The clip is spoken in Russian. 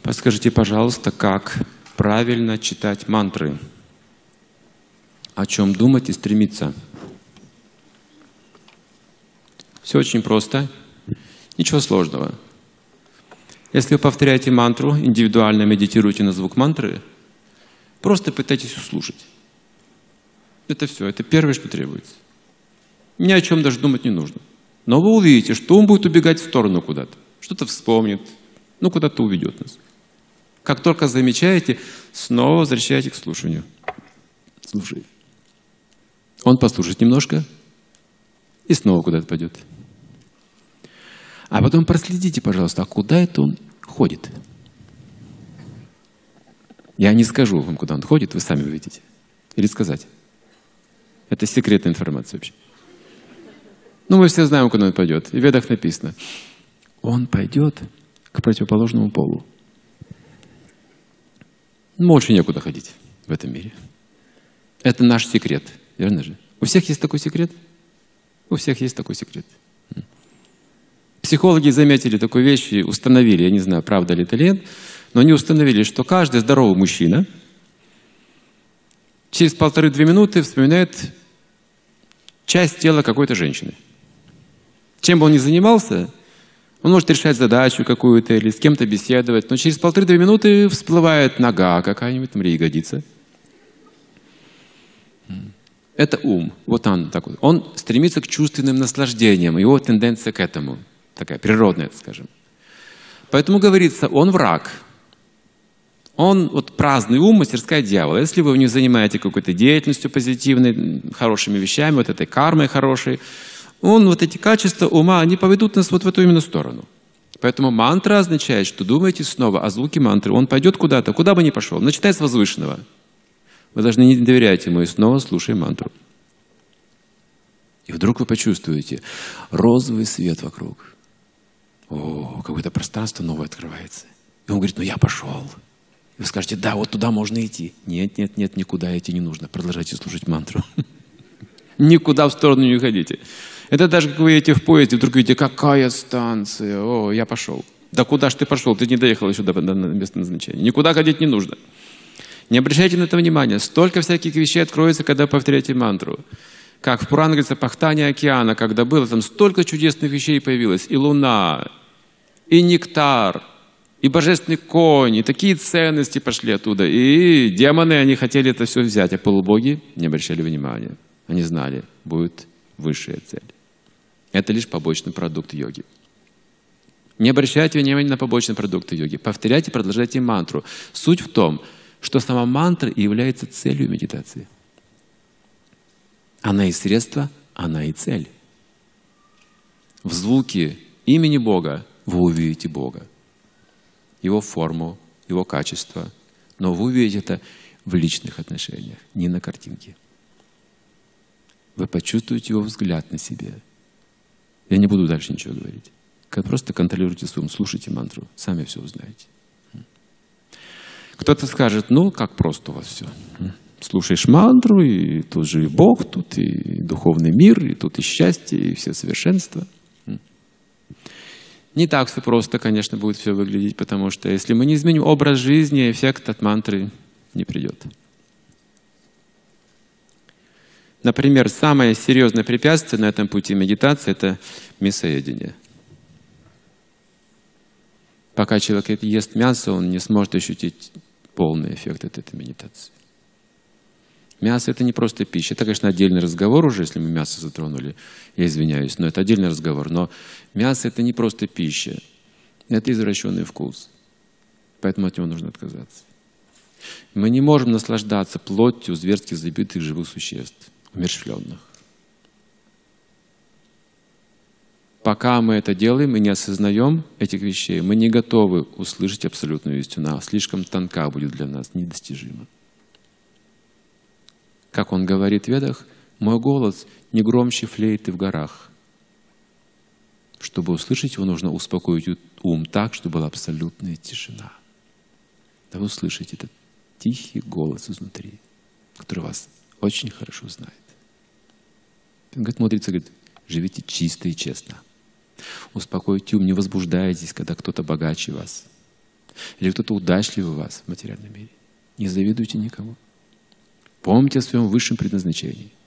Подскажите, пожалуйста, как правильно читать мантры? О чем думать и стремиться? Все очень просто, ничего сложного. Если вы повторяете мантру, индивидуально медитируете на звук мантры, просто пытайтесь услышать. Это все, это первое, что требуется. Ни о чем даже думать не нужно. Но вы увидите, что он будет убегать в сторону куда-то, что-то вспомнит, куда-то уведет нас. Как только замечаете, снова возвращаетесь к слушанию. Слушай. Он послушает немножко и снова куда-то пойдет. А потом проследите, пожалуйста, а куда это он ходит? Я не скажу вам, куда он ходит, вы сами увидите. Или сказать. Это секретная информация вообще. Мы все знаем, куда он пойдет. И в Ведах написано. Он пойдет к противоположному полу. Больше некуда ходить в этом мире. Это наш секрет. Верно же? У всех есть такой секрет? У всех есть такой секрет. Психологи заметили такую вещь и установили, я не знаю, правда ли это или нет, но они установили, что каждый здоровый мужчина через 1,5-2 минуты вспоминает часть тела какой-то женщины. Чем бы он ни занимался, он может решать задачу какую-то или с кем-то беседовать, но через 1,5-2 минуты всплывает нога какая-нибудь, или ягодица. Это ум. Вот он такой. Он стремится к чувственным наслаждениям, его тенденция к этому. Такая природная, скажем. Поэтому говорится, он враг. Он праздный ум, мастерская дьявола. Если вы не занимаете какой-то деятельностью позитивной, хорошими вещами, вот этой кармой хорошей, эти качества ума, они поведут нас вот в эту именно сторону. Поэтому мантра означает, что думаете снова о звуке мантры. Он пойдет куда-то, куда бы ни пошел. Начитай с возвышенного. Вы должны не доверять ему и снова слушаем мантру. И вдруг вы почувствуете розовый свет вокруг. О, какое-то пространство новое открывается. И он говорит, я пошел. И вы скажете, да, вот туда можно идти. Нет, никуда идти не нужно. Продолжайте слушать мантру. Никуда в сторону не уходите. Это даже как вы едете в поезде, вдруг видите, какая станция. О, я пошел. Да куда ж ты пошел? Ты не доехал еще до места назначения. Никуда ходить не нужно. Не обращайте на это внимания. Столько всяких вещей откроется, когда повторяете мантру. Как в Пуране говорится, пахтание океана, когда было, там столько чудесных вещей появилось. И луна, и нектар, и божественный конь, и такие ценности пошли оттуда. И демоны, они хотели это все взять, а полубоги не обращали внимания. Они знали, будет высшая цель. Это лишь побочный продукт йоги. Не обращайте внимания на побочные продукты йоги. Повторяйте, продолжайте мантру. Суть в том, что сама мантра и является целью медитации. Она и средство, она и цель. В звуке имени Бога вы увидите Бога. Его форму, его качество. Но вы увидите это в личных отношениях, не на картинке. Вы почувствуете его взгляд на себе. Я не буду дальше ничего говорить. Просто контролируйте свой ум, слушайте мантру, сами все узнаете. Кто-то скажет, как просто у вас все. Слушаешь мантру, и тут же и Бог, тут и духовный мир, и тут и счастье, и все совершенства. Не так все просто, конечно, будет все выглядеть, потому что если мы не изменим образ жизни, эффект от мантры не придет. Например, самое серьезное препятствие на этом пути медитации – это мясоедение. Пока человек ест мясо, он не сможет ощутить полный эффект от этой медитации. Мясо – это не просто пища. Это, конечно, отдельный разговор уже, если мы мясо затронули. Я извиняюсь, но это отдельный разговор. Но мясо – это не просто пища. Это извращенный вкус. Поэтому от него нужно отказаться. Мы не можем наслаждаться плотью зверски забитых живых существ, умерщвленных. Пока мы это делаем и не осознаем этих вещей, мы не готовы услышать абсолютную истину. Она слишком тонка будет для нас, недостижима. Как он говорит в Ведах, мой голос не громче флейты в горах. Чтобы услышать его, нужно успокоить ум так, чтобы была абсолютная тишина. Да вы услышите этот тихий голос изнутри, который вас очень хорошо знает. Он говорит, мудрецы, говорит, живите чисто и честно. Успокойте ум, не возбуждайтесь, когда кто-то богаче вас. или кто-то удачливый у вас в материальном мире. Не завидуйте никому. Помните о своем высшем предназначении.